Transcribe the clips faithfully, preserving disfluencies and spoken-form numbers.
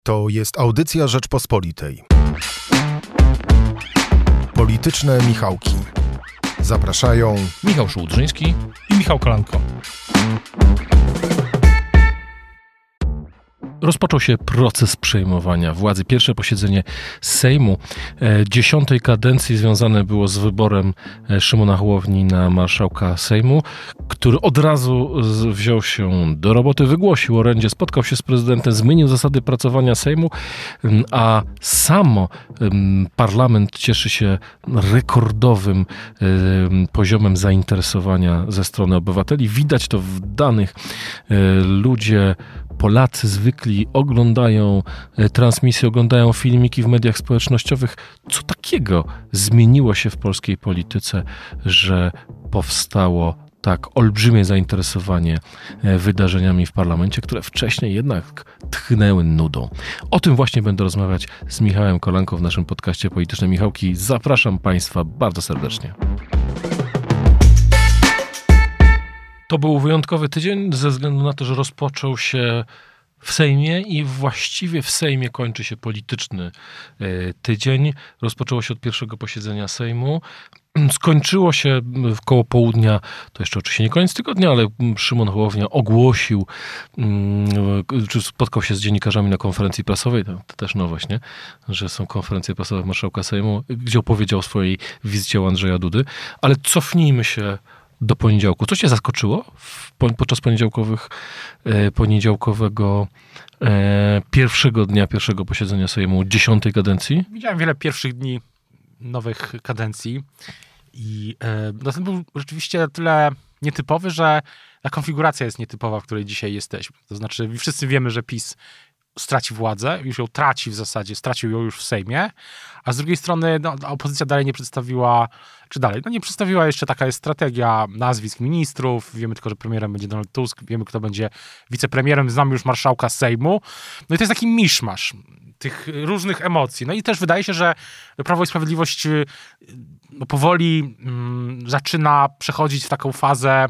To jest audycja Rzeczpospolitej. Polityczne Michałki. Zapraszają Michał Szułdrzyński i Michał Kolanko. Rozpoczął się proces przejmowania władzy. Pierwsze posiedzenie Sejmu e, dziesiątej kadencji związane było z wyborem e, Szymona Hołowni na marszałka Sejmu, który od razu z, wziął się do roboty, wygłosił orędzie, spotkał się z prezydentem, zmienił zasady pracowania Sejmu, m, a samo m, parlament cieszy się rekordowym m, poziomem zainteresowania ze strony obywateli. Widać to w danych. E, ludzie Polacy zwykli oglądają transmisje, oglądają filmiki w mediach społecznościowych. Co takiego zmieniło się w polskiej polityce, że powstało tak olbrzymie zainteresowanie wydarzeniami w parlamencie, które wcześniej jednak tchnęły nudą. O tym właśnie będę rozmawiać z Michałem Kolanką w naszym podcaście Polityczne Michałki. Zapraszam Państwa bardzo serdecznie. To był wyjątkowy tydzień ze względu na to, że rozpoczął się w Sejmie i właściwie w Sejmie kończy się polityczny tydzień. Rozpoczęło się od pierwszego posiedzenia Sejmu. Skończyło się koło południa, to jeszcze oczywiście nie koniec tygodnia, ale Szymon Hołownia ogłosił, czy spotkał się z dziennikarzami na konferencji prasowej, to, to też nowość, nie? Że są konferencje prasowe marszałka Sejmu, gdzie opowiedział o swojej wizycie u Andrzeja Dudy. Ale cofnijmy się do poniedziałku. Co cię zaskoczyło w, po, podczas poniedziałkowych, e, poniedziałkowego e, pierwszego dnia pierwszego posiedzenia Sejmu dziesiątej kadencji? Widziałem wiele pierwszych dni nowych kadencji i e, no ten był rzeczywiście na tyle nietypowy, że ta konfiguracja jest nietypowa, w której dzisiaj jesteśmy. To znaczy wszyscy wiemy, że PiS straci władzę, już ją traci w zasadzie, stracił ją już w Sejmie, a z drugiej strony no, opozycja dalej nie przedstawiła, czy dalej, no nie przedstawiła jeszcze, taka jest strategia nazwisk ministrów, wiemy tylko, że premierem będzie Donald Tusk, wiemy, kto będzie wicepremierem, znamy już marszałka Sejmu, no i to jest taki miszmasz tych różnych emocji. No i też wydaje się, że Prawo i Sprawiedliwość no, powoli mm, zaczyna przechodzić w taką fazę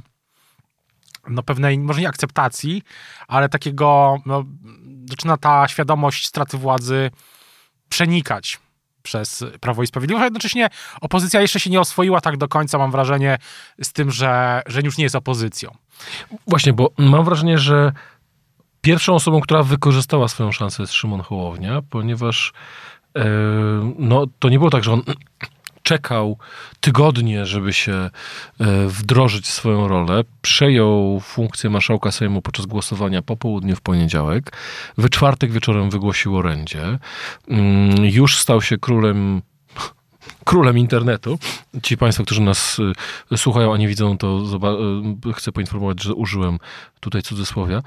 no pewnej, może nie akceptacji, ale takiego, no, zaczyna ta świadomość straty władzy przenikać przez Prawo i Sprawiedliwość, a jednocześnie opozycja jeszcze się nie oswoiła tak do końca, mam wrażenie, z tym, że, że już nie jest opozycją. Właśnie, bo mam wrażenie, że pierwszą osobą, która wykorzystała swoją szansę, jest Szymon Hołownia, ponieważ e, no, to nie było tak, że on czekał tygodnie, żeby się wdrożyć w swoją rolę. Przejął funkcję marszałka Sejmu podczas głosowania po południu w poniedziałek. We czwartek wieczorem wygłosił orędzie. Już stał się królem królem internetu. Ci Państwo, którzy nas słuchają, a nie widzą, to chcę poinformować, że użyłem tutaj cudzysłowia,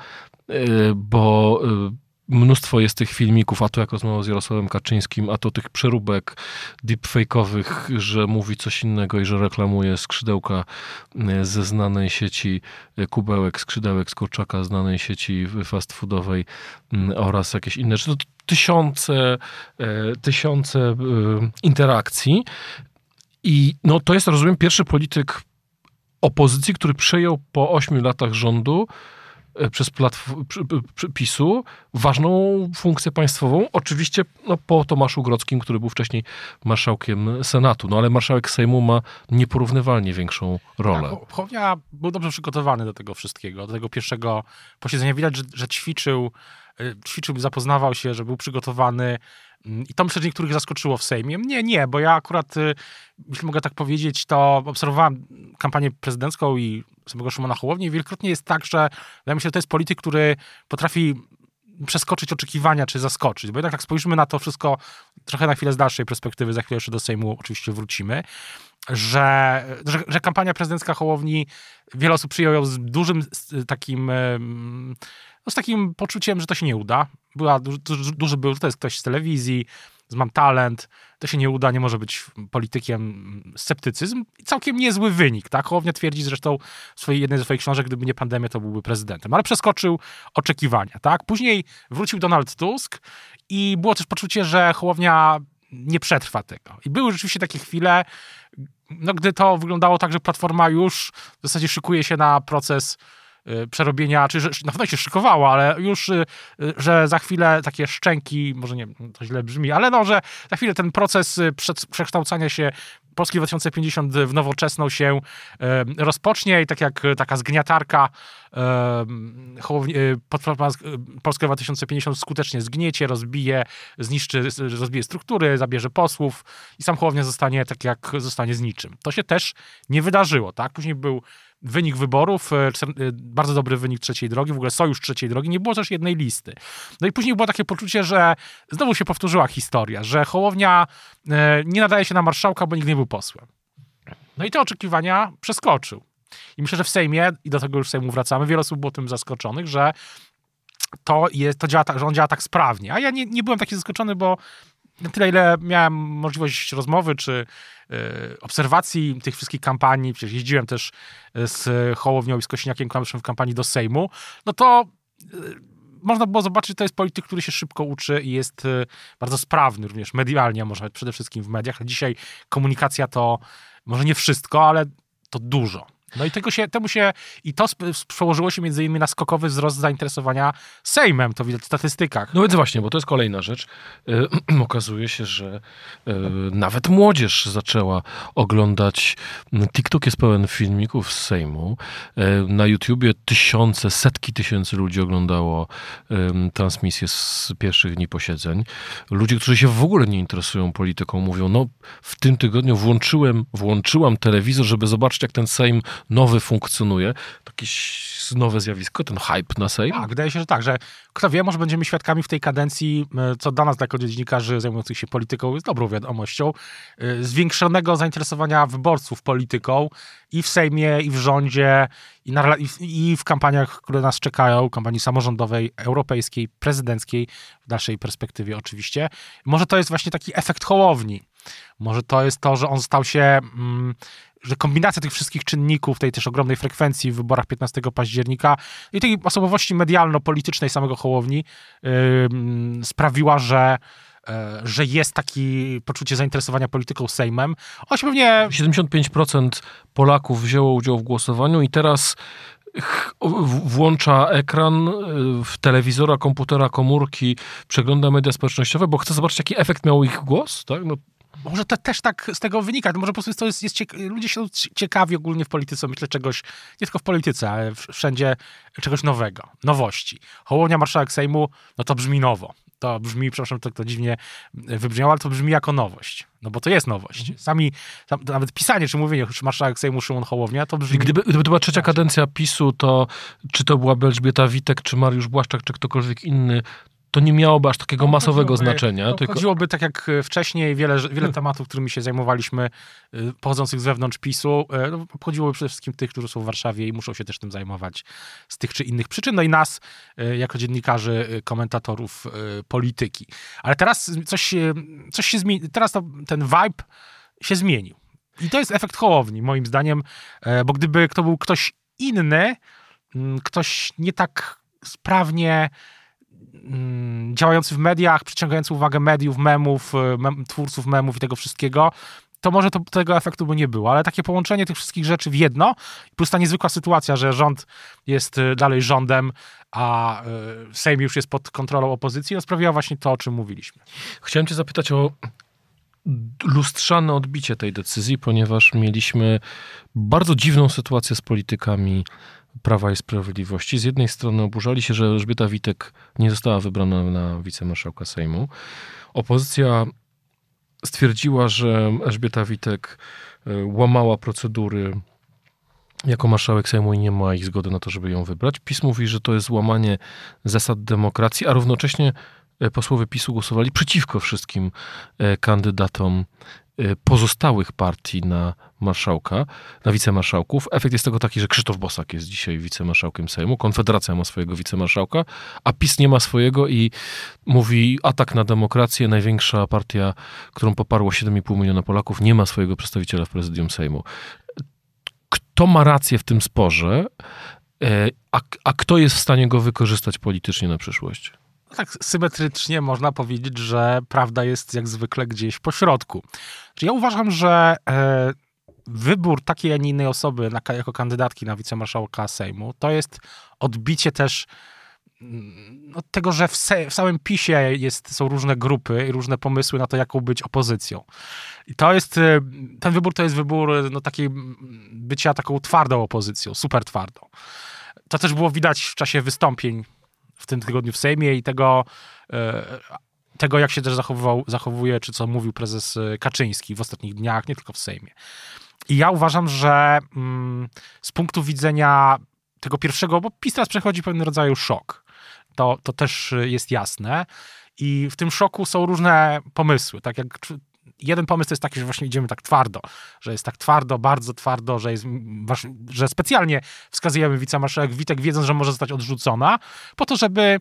bo mnóstwo jest tych filmików, a to jak rozmawiał z Jarosławem Kaczyńskim, a to tych przeróbek deepfake'owych, że mówi coś innego i że reklamuje skrzydełka ze znanej sieci kubełek, skrzydełek z kurczaka znanej sieci fast foodowej oraz jakieś inne. To tysiące, tysiące interakcji i no to jest, rozumiem, pierwszy polityk opozycji, który przejął po ośmiu latach rządu przez platform, PiSu ważną funkcję państwową. Oczywiście no, po Tomaszu Grodzkim, który był wcześniej marszałkiem Senatu. No ale marszałek Sejmu ma nieporównywalnie większą rolę. Tak, Hołownia był dobrze przygotowany do tego wszystkiego, do tego pierwszego posiedzenia. Widać, że, że ćwiczył, ćwiczył, zapoznawał się, że był przygotowany. I to myślę, że niektórych zaskoczyło w Sejmie. Nie, nie, bo ja akurat, jeśli mogę tak powiedzieć, to obserwowałem kampanię prezydencką i samego Szymona Hołowni i wielokrotnie jest tak, że wydaje mi się, że to jest polityk, który potrafi przeskoczyć oczekiwania, czy zaskoczyć. Bo jednak tak spojrzymy na to wszystko trochę na chwilę z dalszej perspektywy, za chwilę jeszcze do Sejmu oczywiście wrócimy, że, że, że kampania prezydencka Hołowni, wiele osób przyjęło ją z dużym z takim... No z takim poczuciem, że to się nie uda. Była, duży, duży był, to jest ktoś z telewizji, mam talent, to się nie uda, nie może być politykiem, sceptycyzm. I całkiem niezły wynik, tak? Hołownia twierdzi zresztą w swojej, jednej ze swoich książek, gdyby nie pandemia, to byłby prezydentem. Ale przeskoczył oczekiwania, tak? Później wrócił Donald Tusk i było też poczucie, że Hołownia nie przetrwa tego. I były rzeczywiście takie chwile, no, gdy to wyglądało tak, że Platforma już w zasadzie szykuje się na proces przerobienia, czy że na pewno się szykowało, ale już, że za chwilę takie szczęki, może nie, to źle brzmi, ale no, że za chwilę ten proces przekształcania się Polski dwa tysiące pięćdziesiąt w nowoczesną się e, rozpocznie i tak jak taka zgniatarka e, Platforma Polska dwa tysiące pięćdziesiąt skutecznie zgniecie, rozbije, zniszczy, rozbije struktury, zabierze posłów i sam Hołownia zostanie tak jak zostanie z niczym. To się też nie wydarzyło, tak? Później był wynik wyborów, bardzo dobry wynik Trzeciej Drogi, w ogóle sojusz Trzeciej Drogi, nie było też jednej listy. No i później było takie poczucie, że znowu się powtórzyła historia, że Hołownia nie nadaje się na marszałka, bo nigdy nie był posłem. No i te oczekiwania przeskoczył. I myślę, że w Sejmie, i do tego już w Sejmu wracamy, wiele osób było tym zaskoczonych, że to, jest, to działa tak, że on działa tak sprawnie. A ja nie, nie byłem taki zaskoczony, bo na tyle, ile miałem możliwość rozmowy czy y, obserwacji tych wszystkich kampanii, przecież jeździłem też z Hołownią i z Kosiniakiem Kamyszem w kampanii do Sejmu, no to y, można było zobaczyć, że to jest polityk, który się szybko uczy i jest y, bardzo sprawny również medialnie, a może przede wszystkim w mediach. A dzisiaj komunikacja to może nie wszystko, ale to dużo. No i tego się, temu się, i to przełożyło się między innymi na skokowy wzrost zainteresowania Sejmem, to widać w statystykach. No więc właśnie, bo to jest kolejna rzecz. Yy, okazuje się, że yy, nawet młodzież zaczęła oglądać. TikTok jest pełen filmików z Sejmu. Yy, na YouTubie tysiące, setki tysięcy ludzi oglądało yy, transmisję z pierwszych dni posiedzeń. Ludzie, którzy się w ogóle nie interesują polityką, mówią, no w tym tygodniu włączyłem, włączyłam telewizor, żeby zobaczyć, jak ten Sejm nowy funkcjonuje. Jakieś nowe zjawisko, ten hype na Sejm? Tak, wydaje się, że tak, że kto wie, może będziemy świadkami w tej kadencji, co dla nas, jako dziennikarzy zajmujących się polityką, jest dobrą wiadomością, zwiększonego zainteresowania wyborców polityką i w Sejmie, i w rządzie, i, na, i, w, i w kampaniach, które nas czekają, kampanii samorządowej, europejskiej, prezydenckiej, w dalszej perspektywie oczywiście. Może to jest właśnie taki efekt Hołowni. Może to jest to, że on stał się... Mm, że kombinacja tych wszystkich czynników, tej też ogromnej frekwencji w wyborach piętnastego października i tej osobowości medialno-politycznej samego Hołowni yy, sprawiła, że, yy, że jest takie poczucie zainteresowania polityką Sejmem. On się pewnie... siedemdziesiąt pięć procent Polaków wzięło udział w głosowaniu i teraz włącza ekran w telewizora, komputera, komórki, przegląda media społecznościowe, bo chce zobaczyć, jaki efekt miał ich głos, tak? No. Może to też tak z tego wynika. Może po prostu to jest, jest cieka- ludzie są ciekawi ogólnie w polityce, myślę, czegoś, nie tylko w polityce, ale wszędzie czegoś nowego, nowości. Hołownia, marszałek Sejmu, no to brzmi nowo. To brzmi, przepraszam, to, to dziwnie wybrzmiało, ale to brzmi jako nowość. No bo to jest nowość. Sami, sam, nawet pisanie czy mówienie, czy marszałek Sejmu Szymon Hołownia, to brzmi... Gdyby, gdyby to była trzecia kadencja PiSu, to czy to byłaby Elżbieta Witek, czy Mariusz Błaszczak, czy ktokolwiek inny, to nie miałoby aż takiego masowego znaczenia. To tylko... Chodziłoby tak jak wcześniej, wiele, wiele tematów, którymi się zajmowaliśmy, pochodzących z wewnątrz PiSu, no, obchodziłoby przede wszystkim tych, którzy są w Warszawie i muszą się też tym zajmować z tych czy innych przyczyn. No i nas, jako dziennikarzy, komentatorów polityki. Ale teraz coś, coś się zmieni. Teraz to, ten vibe się zmienił. I to jest efekt Hołowni, moim zdaniem, bo gdyby to był ktoś inny, ktoś nie tak sprawnie działający w mediach, przyciągający uwagę mediów, memów, mem, twórców memów i tego wszystkiego, to może to, tego efektu by nie było. Ale takie połączenie tych wszystkich rzeczy w jedno, plus ta niezwykła sytuacja, że rząd jest dalej rządem, a Sejm już jest pod kontrolą opozycji, no sprawiła właśnie to, o czym mówiliśmy. Chciałem cię zapytać o lustrzane odbicie tej decyzji, ponieważ mieliśmy bardzo dziwną sytuację z politykami Prawa i Sprawiedliwości. Z jednej strony oburzali się, że Elżbieta Witek nie została wybrana na wicemarszałka Sejmu. Opozycja stwierdziła, że Elżbieta Witek łamała procedury jako marszałek Sejmu i nie ma ich zgody na to, żeby ją wybrać. PiS mówi, że to jest łamanie zasad demokracji, a równocześnie posłowie PiSu głosowali przeciwko wszystkim kandydatom pozostałych partii na marszałka, na wicemarszałków. Efekt jest tego taki, że Krzysztof Bosak jest dzisiaj wicemarszałkiem Sejmu, Konfederacja ma swojego wicemarszałka, a PiS nie ma swojego i mówi atak na demokrację. Największa partia, którą poparło siedem i pół miliona Polaków, nie ma swojego przedstawiciela w prezydium Sejmu. Kto ma rację w tym sporze, a, a kto jest w stanie go wykorzystać politycznie na przyszłość? Tak symetrycznie można powiedzieć, że prawda jest jak zwykle gdzieś po środku. Ja uważam, że e, wybór takiej, a nie innej osoby na, jako kandydatki na wicemarszałka Sejmu, to jest odbicie też no, tego, że w, se, w samym PiSie jest, są różne grupy i różne pomysły na to, jaką być opozycją. I to jest, ten wybór to jest wybór no, takiej bycia taką twardą opozycją, super twardą. To też było widać w czasie wystąpień w tym tygodniu w Sejmie i tego, tego jak się też zachowywał, zachowuje, czy co mówił prezes Kaczyński w ostatnich dniach, nie tylko w Sejmie. I ja uważam, że mm, z punktu widzenia tego pierwszego, bo PiS teraz przechodzi pewnego rodzaju szok. To, to też jest jasne. I w tym szoku są różne pomysły. Tak jak jeden pomysł to jest taki, że właśnie idziemy tak twardo, że jest tak twardo, bardzo twardo, że, jest, że specjalnie wskazujemy wicemarszałek Witek, wiedząc, że może zostać odrzucona, po to, żeby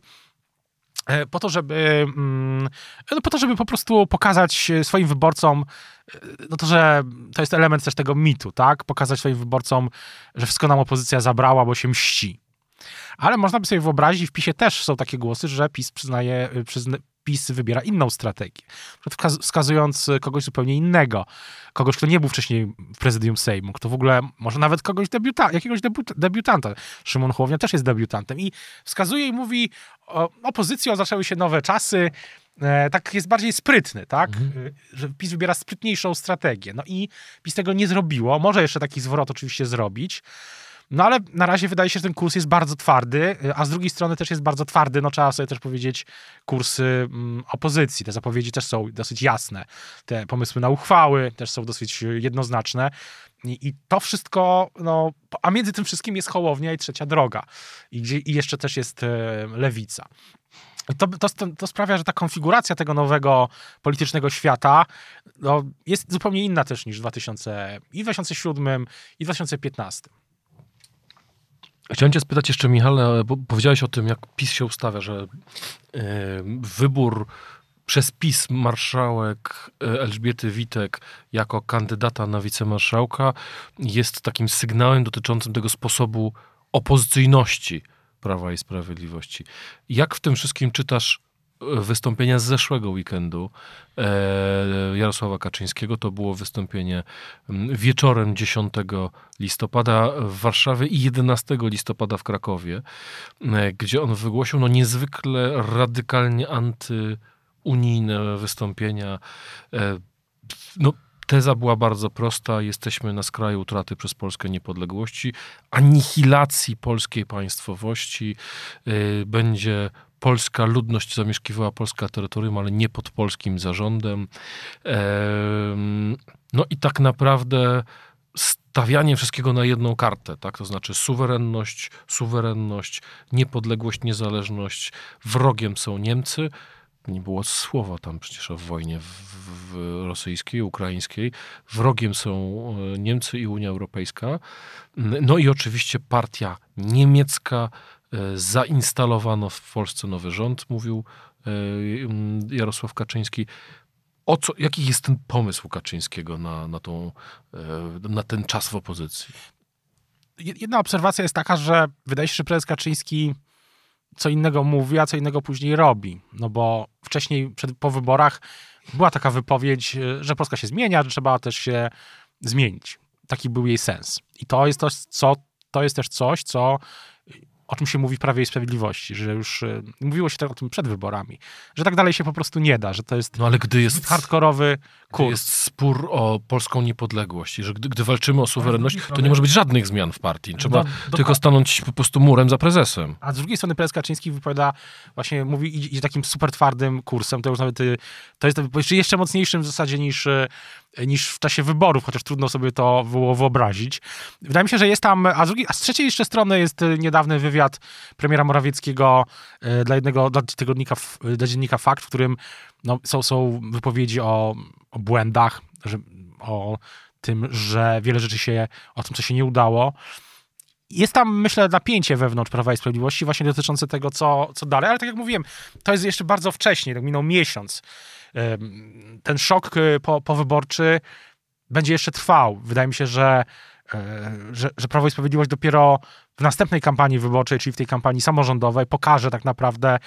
po to, żeby no po to, żeby po prostu pokazać swoim wyborcom, no to, że to jest element też tego mitu, tak? Pokazać swoim wyborcom, że wszystko nam opozycja zabrała, bo się mści. Ale można by sobie wyobrazić, w PiSie też są takie głosy, że PiS przyznaje, przyzna, PiS wybiera inną strategię. Wskazując kogoś zupełnie innego. Kogoś, kto nie był wcześniej w prezydium Sejmu, kto w ogóle, może nawet kogoś debiuta, jakiegoś debiuta, debiutanta. Szymon Hołownia też jest debiutantem. I wskazuje i mówi, o, opozycją zaczęły się nowe czasy, e, tak jest bardziej sprytny, tak? Mhm. Że PiS wybiera sprytniejszą strategię. No i PiS tego nie zrobiło. Może jeszcze taki zwrot oczywiście zrobić. No ale na razie wydaje się, że ten kurs jest bardzo twardy, a z drugiej strony też jest bardzo twardy, no trzeba sobie też powiedzieć, kurs mm, opozycji. Te zapowiedzi też są dosyć jasne. Te pomysły na uchwały też są dosyć jednoznaczne. I, i to wszystko, no, a między tym wszystkim jest Hołownia i Trzecia Droga. I, gdzie, i jeszcze też jest e, Lewica. I to, to, to sprawia, że ta konfiguracja tego nowego politycznego świata no, jest zupełnie inna też niż w dwa tysiące siódmym i dwa tysiące piętnastym. Chciałem cię spytać jeszcze, Michale, bo powiedziałeś o tym, jak PiS się ustawia, że yy, wybór przez PiS marszałek Elżbiety Witek jako kandydata na wicemarszałka jest takim sygnałem dotyczącym tego sposobu opozycyjności Prawa i Sprawiedliwości. Jak w tym wszystkim czytasz wystąpienia z zeszłego weekendu e, Jarosława Kaczyńskiego? To było wystąpienie wieczorem dziesiątego listopada w Warszawie i jedenastego listopada w Krakowie, e, gdzie on wygłosił no, niezwykle radykalnie antyunijne wystąpienia. E, no, teza była bardzo prosta. Jesteśmy na skraju utraty przez Polskę niepodległości, anihilacji polskiej państwowości. E, będzie polska ludność zamieszkiwała polskie terytorium, ale nie pod polskim zarządem. No i tak naprawdę stawianie wszystkiego na jedną kartę, tak? To znaczy suwerenność, suwerenność, niepodległość, niezależność. Wrogiem są Niemcy. Nie było słowa tam przecież o wojnie w, w rosyjskiej, ukraińskiej. Wrogiem są Niemcy i Unia Europejska. No i oczywiście partia niemiecka. Zainstalowano w Polsce nowy rząd, mówił Jarosław Kaczyński. O co, jaki jest ten pomysł Kaczyńskiego na, na, tą, na ten czas w opozycji? Jedna obserwacja jest taka, że wydaje się, że prezes Kaczyński co innego mówi, a co innego później robi. No bo wcześniej, przed, po wyborach była taka wypowiedź, że Polska się zmienia, że trzeba też się zmienić. Taki był jej sens. I to jest, to, co, to jest też coś, co o czym się mówi w Prawie i Sprawiedliwości, że już mówiło się tak o tym przed wyborami, że tak dalej się po prostu nie da, że to jest, no ale gdy jest hardkorowy kurs. Gdy jest spór o polską niepodległość i że gdy, gdy walczymy o suwerenność, to nie może być żadnych zmian w partii. Trzeba do, tylko stanąć po prostu murem za prezesem. A z drugiej strony prezes Kaczyński wypowiada, właśnie mówi, idzie, idzie takim super twardym kursem, to już nawet to jest jeszcze mocniejszym w zasadzie niż niż w czasie wyborów, chociaż trudno sobie to było wyobrazić. Wydaje mi się, że jest tam, a z, drugiej, a z trzeciej jeszcze strony jest niedawny wywiad premiera Morawieckiego dla jednego, dla tygodnika, dla dziennika Fakt, w którym no, są, są wypowiedzi o, o błędach, że, o tym, że wiele rzeczy się, o tym, co się nie udało. Jest tam, myślę, napięcie wewnątrz Prawa i Sprawiedliwości właśnie dotyczące tego, co, co dalej, ale tak jak mówiłem, to jest jeszcze bardzo wcześnie, tak minął miesiąc. Ten szok po, powyborczy będzie jeszcze trwał. Wydaje mi się, że, że, że Prawo i Sprawiedliwość dopiero w następnej kampanii wyborczej, czyli w tej kampanii samorządowej, pokaże tak naprawdę,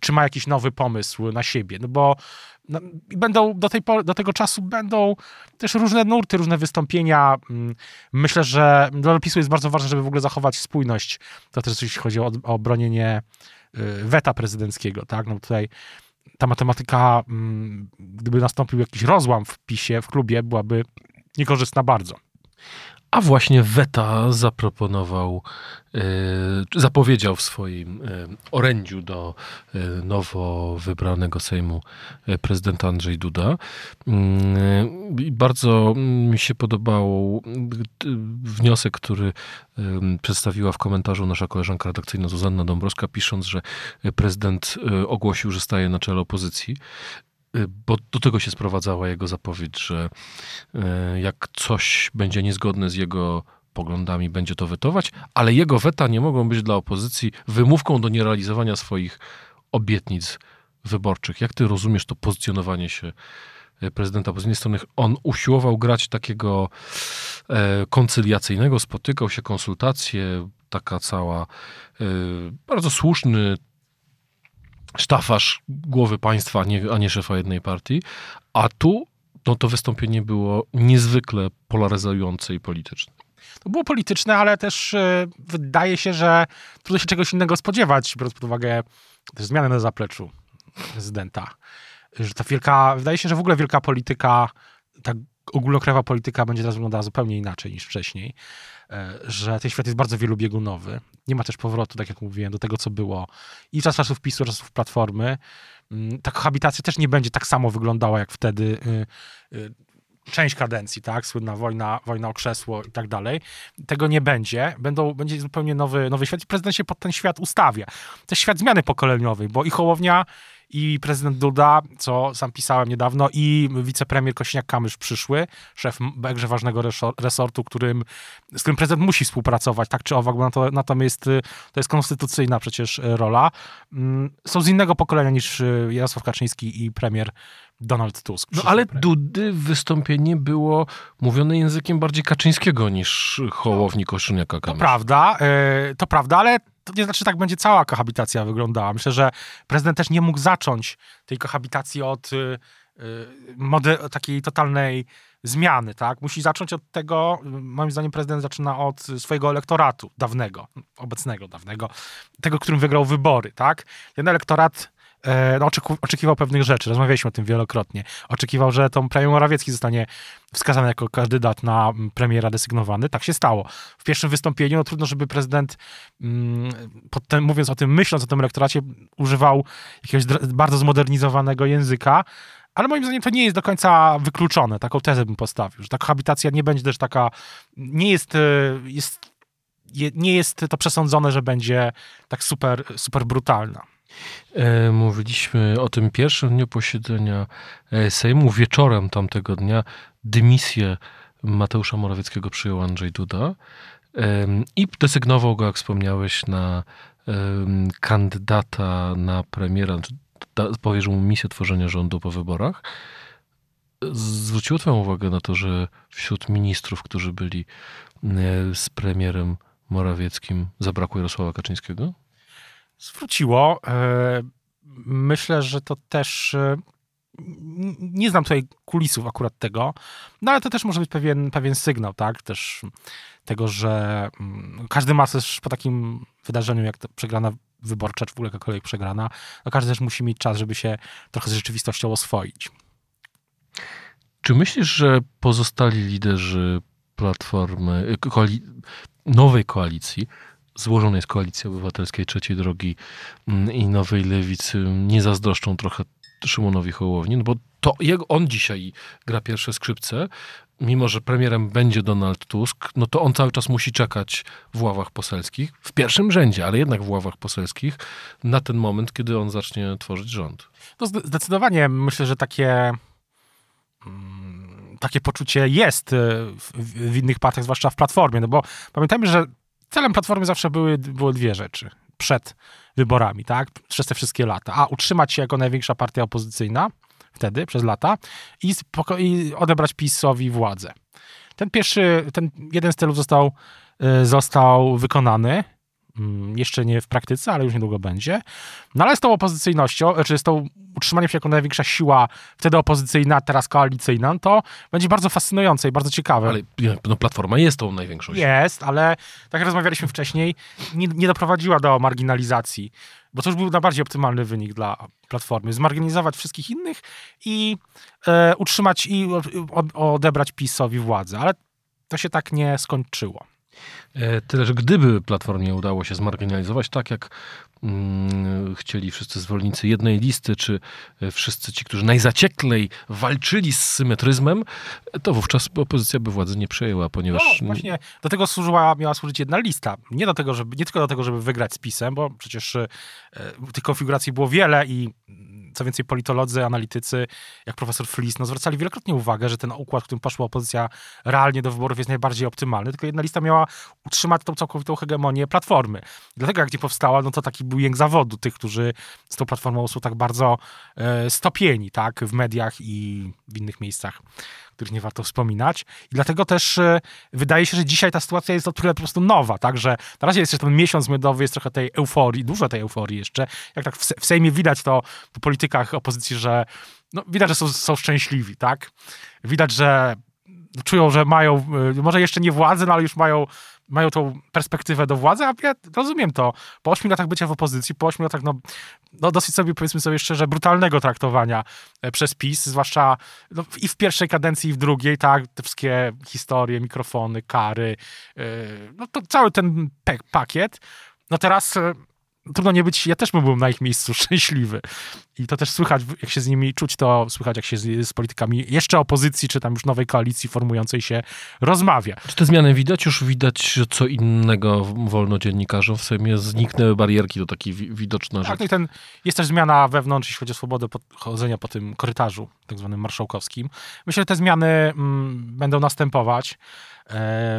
czy ma jakiś nowy pomysł na siebie, no bo no, będą do, tej, do tego czasu będą też różne nurty, różne wystąpienia. Myślę, że dla PiSu jest bardzo ważne, żeby w ogóle zachować spójność. To też jeśli chodzi o, o bronienie weta prezydenckiego, tak? No tutaj ta matematyka, gdyby nastąpił jakiś rozłam w PiSie, w klubie, byłaby niekorzystna bardzo. A właśnie weta zaproponował, yy, zapowiedział w swoim yy, orędziu do yy, nowo wybranego Sejmu yy, prezydenta Andrzej Duda. Yy, bardzo mi się podobał yy, wniosek, który yy, przedstawiła w komentarzu nasza koleżanka redakcyjna Zuzanna Dąbrowska, pisząc, że prezydent yy, ogłosił, że staje na czele opozycji. Bo do tego się sprowadzała jego zapowiedź, że jak coś będzie niezgodne z jego poglądami, będzie to wetować, ale jego weta nie mogą być dla opozycji wymówką do nierealizowania swoich obietnic wyborczych. Jak ty rozumiesz to pozycjonowanie się prezydenta? Bo z jednej strony on usiłował grać takiego koncyliacyjnego, spotykał się, konsultacje, taka cała bardzo słuszny sztafaż głowy państwa, a nie, a nie szefa jednej partii, a tu no, to wystąpienie było niezwykle polaryzujące i polityczne. To było polityczne, ale też yy, wydaje się, że trudno się czegoś innego spodziewać, biorąc pod uwagę też zmiany na zapleczu prezydenta. Że ta wielka, wydaje się, że w ogóle wielka polityka, ta ogólnokrajowa polityka będzie teraz wyglądała zupełnie inaczej niż wcześniej. Że ten świat jest bardzo wielobiegunowy. Nie ma też powrotu, tak jak mówiłem, do tego, co było i czas czasów PiSu, czasów Platformy. Ta kohabitacja też nie będzie tak samo wyglądała, jak wtedy część kadencji, tak? Słynna wojna, wojna o krzesło i tak dalej. Tego nie będzie. Będą, będzie zupełnie nowy, nowy świat i prezydent się pod ten świat ustawia. To jest świat zmiany pokoleniowej, bo i Hołownia, i prezydent Duda, co sam pisałem niedawno, i wicepremier Kosiniak-Kamysz przyszły, szef jakże ważnego resortu, którym, z którym prezydent musi współpracować, tak czy owak, bo natomiast to jest konstytucyjna przecież rola, są z innego pokolenia niż Jarosław Kaczyński i premier Donald Tusk. No ale Dudy wystąpienie było mówione językiem bardziej Kaczyńskiego niż Hołowni, Kosiniaka, Kamysza. To prawda, to prawda, ale to nie znaczy, że tak będzie cała kohabitacja wyglądała. Myślę, że prezydent też nie mógł zacząć tej kohabitacji od y, y, mode- takiej totalnej zmiany, tak? Musi zacząć od tego, moim zdaniem prezydent zaczyna od swojego elektoratu dawnego, obecnego dawnego, tego, którym wygrał wybory, tak? Ten elektorat no, oczeku- oczekiwał pewnych rzeczy, rozmawialiśmy o tym wielokrotnie. Oczekiwał, że to premier Morawiecki zostanie wskazany jako kandydat na premiera desygnowany. Tak się stało. W pierwszym wystąpieniu no, trudno, żeby prezydent mm, potem, mówiąc o tym, myśląc o tym elektoracie, używał jakiegoś dr- bardzo zmodernizowanego języka, ale moim zdaniem to nie jest do końca wykluczone. Taką tezę bym postawił, że ta kohabitacja nie będzie też taka, nie jest, jest nie jest to przesądzone, że będzie tak super, super brutalna. Mówiliśmy o tym pierwszym dniu posiedzenia Sejmu. Wieczorem tamtego dnia dymisję Mateusza Morawieckiego przyjął Andrzej Duda i desygnował go, jak wspomniałeś, na kandydata na premiera, powierzył mu misję tworzenia rządu po wyborach. Zwróciło twoją uwagę na to, że wśród ministrów, którzy byli z premierem Morawieckim, zabrakło Jarosława Kaczyńskiego? Zwróciło. Myślę, że to też... Nie znam tutaj kulisów akurat tego, no ale to też może być pewien, pewien sygnał, tak? Też tego, że każdy ma też po takim wydarzeniu, jak to przegrana wyborcza, czy w ogóle jakakolwiek przegrana, no każdy też musi mieć czas, żeby się trochę z rzeczywistością oswoić. Czy myślisz, że pozostali liderzy Platformy, koali- nowej koalicji, złożonej z Koalicji Obywatelskiej, Trzeciej Drogi i Nowej Lewicy, nie zazdroszczą trochę Szymonowi Hołowni? No bo to jego, on dzisiaj gra pierwsze skrzypce, mimo że premierem będzie Donald Tusk, no to on cały czas musi czekać w ławach poselskich, w pierwszym rzędzie, ale jednak w ławach poselskich, na ten moment, kiedy on zacznie tworzyć rząd. To zdecydowanie myślę, że takie... takie poczucie jest w, w innych partiach, zwłaszcza w Platformie, no bo pamiętajmy, że celem Platformy zawsze były, były dwie rzeczy przed wyborami, tak? Przez te wszystkie lata. A utrzymać się jako największa partia opozycyjna wtedy, przez lata i, spoko- i odebrać PiS-owi władzę. Ten pierwszy, ten jeden z celów został, został wykonany. Jeszcze nie w praktyce, ale już niedługo będzie. No ale z tą opozycyjnością, czy z tą utrzymaniem się jako największa siła, wtedy opozycyjna, teraz koalicyjna, to będzie bardzo fascynujące i bardzo ciekawe. Ale no, Platforma jest tą największą siłą. Jest, ale tak jak rozmawialiśmy wcześniej, nie, nie doprowadziła do marginalizacji, bo to już był najbardziej optymalny wynik dla Platformy. Zmarginalizować wszystkich innych i e, utrzymać i o, odebrać PiS-owi władzę, ale to się tak nie skończyło. Tyle, że gdyby Platformie udało się zmarginalizować tak, jak mm, chcieli wszyscy zwolennicy jednej listy, czy wszyscy ci, którzy najzacieklej walczyli z symetryzmem, to wówczas opozycja by władzy nie przejęła, ponieważ... No właśnie, do tego służyła, miała służyć jedna lista. Nie, do tego, żeby, nie tylko do tego, żeby wygrać z PiS-em, bo przecież e, tych konfiguracji było wiele i co więcej politolodzy, analitycy, jak profesor Flis, no zwracali wielokrotnie uwagę, że ten układ, w którym poszła opozycja realnie do wyborów jest najbardziej optymalny, tylko jedna lista miała utrzymać tą całkowitą hegemonię Platformy. Dlatego jak nie powstała, no to taki był jęk zawodu tych, którzy z tą Platformą są tak bardzo e, stopieni, tak, w mediach i w innych miejscach, których nie warto wspominać. I dlatego też e, wydaje się, że dzisiaj ta sytuacja jest o tyle po prostu nowa, tak, że na razie jest jeszcze ten miesiąc miodowy, jest trochę tej euforii, dużo tej euforii jeszcze. Jak tak w, w Sejmie widać to po politykach opozycji, że no, widać, że są, są szczęśliwi, tak. Widać, że czują, że mają, może jeszcze nie władzę, no ale już mają, mają tą perspektywę do władzy, a ja rozumiem to. Po ośmiu latach bycia w opozycji, po ośmiu latach, no, no dosyć sobie, powiedzmy sobie szczerze, brutalnego traktowania przez PiS, zwłaszcza no, i w pierwszej kadencji, i w drugiej, tak, te wszystkie historie, mikrofony, kary, yy, no to cały ten pe- pakiet. No teraz... Yy, Trudno nie być, ja też bym był na ich miejscu szczęśliwy. I to też słychać, jak się z nimi czuć, to słychać, jak się z, z politykami jeszcze opozycji, czy tam już nowej koalicji formującej się rozmawia. Czy te zmiany widać? Już widać, że co innego wolno dziennikarzom w Sejmie zniknęły barierki, to taki wi- widoczna rzecz. Tak, no i ten, jest też zmiana wewnątrz, jeśli chodzi o swobodę chodzenia po tym korytarzu, tak zwanym marszałkowskim. Myślę, że te zmiany mm, będą następować e,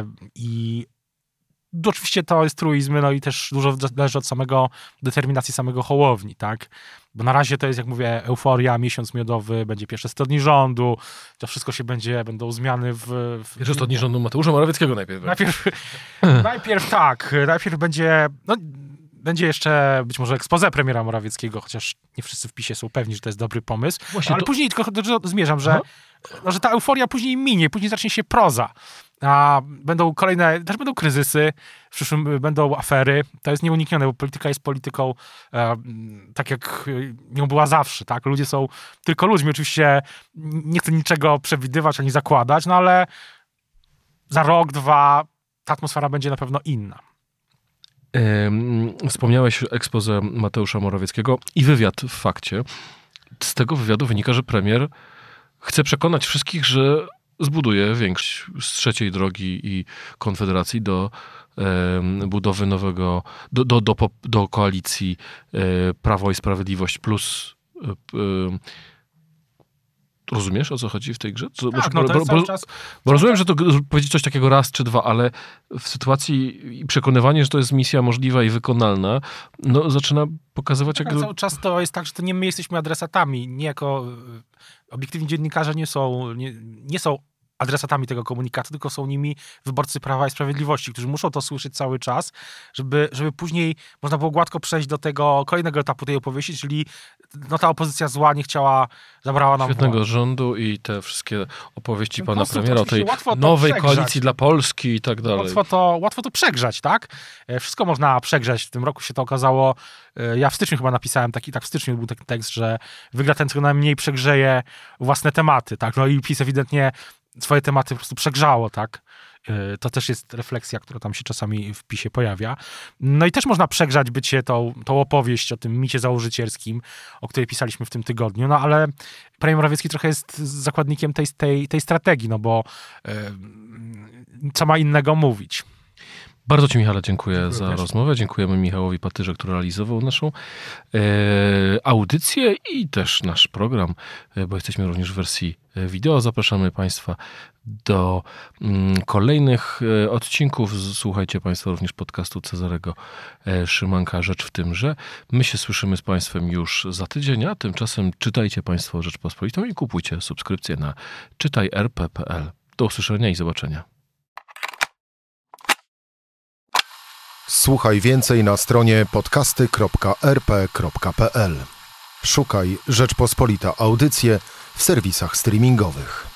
i oczywiście to jest truizmy, no i też dużo zależy od samego determinacji samego Hołowni, tak? Bo na razie to jest, jak mówię, euforia, miesiąc miodowy, będzie pierwsze sto dni rządu, to wszystko się będzie, będą zmiany w... w Pierwsze sto dni rządu Mateusza Morawieckiego najpierw. Najpierw, najpierw tak, najpierw będzie... No, będzie jeszcze być może expose premiera Morawieckiego, chociaż nie wszyscy w PiSie są pewni, że to jest dobry pomysł. Właśnie ale to... później tylko zmierzam, że, no, że ta euforia później minie, później zacznie się proza. A będą kolejne, też będą kryzysy, w przyszłym będą afery. To jest nieuniknione, bo polityka jest polityką e, tak jak nią była zawsze, tak? Ludzie są tylko ludźmi. Oczywiście nie chcę niczego przewidywać ani zakładać, no ale za rok, dwa ta atmosfera będzie na pewno inna. Wspomniałeś expose Mateusza Morawieckiego i wywiad w Fakcie. Z tego wywiadu wynika, że premier chce przekonać wszystkich, że zbuduje większość z trzeciej drogi i Konfederacji do e, budowy nowego, do, do, do, do koalicji e, Prawo i Sprawiedliwość plus e, e, rozumiesz, o co chodzi w tej grze? Co, tak, bo, no to jest bo, cały bo, czas... bo rozumiem, że to powiedzieć coś takiego raz czy dwa, ale w sytuacji i przekonywanie, że to jest misja możliwa i wykonalna, no zaczyna pokazywać... Tak, jak... Cały czas to jest tak, że to nie my jesteśmy adresatami. Nie jako obiektywni dziennikarze nie są, nie, nie są adresatami tego komunikatu, tylko są nimi wyborcy Prawa i Sprawiedliwości, którzy muszą to słyszeć cały czas, żeby, żeby później można było gładko przejść do tego kolejnego etapu tej opowieści, czyli no ta opozycja zła nie chciała, zabrała nam świetnego władzę. rządu i te wszystkie opowieści No pana po prostu premiera o tej nowej koalicji dla Polski i tak dalej. Łatwo to, łatwo to przegrzać, tak? Wszystko można przegrzać. W tym roku się to okazało. Ja w styczniu chyba napisałem taki, tak w styczniu był taki tekst, że wygra ten, kto najmniej przegrzeje własne tematy, tak? No i PiS ewidentnie swoje tematy po prostu przegrzało, tak? To też jest refleksja, która tam się czasami w PiSie pojawia. No i też można przegrzać bycie tą, tą opowieść o tym micie założycielskim, o której pisaliśmy w tym tygodniu, no ale premier Morawiecki trochę jest zakładnikiem tej, tej, tej strategii, no bo yy, co ma innego mówić. Bardzo ci, Michale, dziękuję, dziękuję za też. rozmowę. Dziękujemy Michałowi Patyrze, który realizował naszą e, audycję i też nasz program, e, bo jesteśmy również w wersji wideo. Zapraszamy Państwa do mm, kolejnych e, odcinków. Słuchajcie Państwo również podcastu Cezarego e, Szymanka Rzecz w tym, że my się słyszymy z Państwem już za tydzień, a tymczasem czytajcie Państwo Rzeczpospolitą i kupujcie subskrypcję na czytaj r p kropka p l. Do usłyszenia i zobaczenia. Słuchaj więcej na stronie podcasty kropka er pe kropka pe el. Szukaj Rzeczpospolita Audycje w serwisach streamingowych.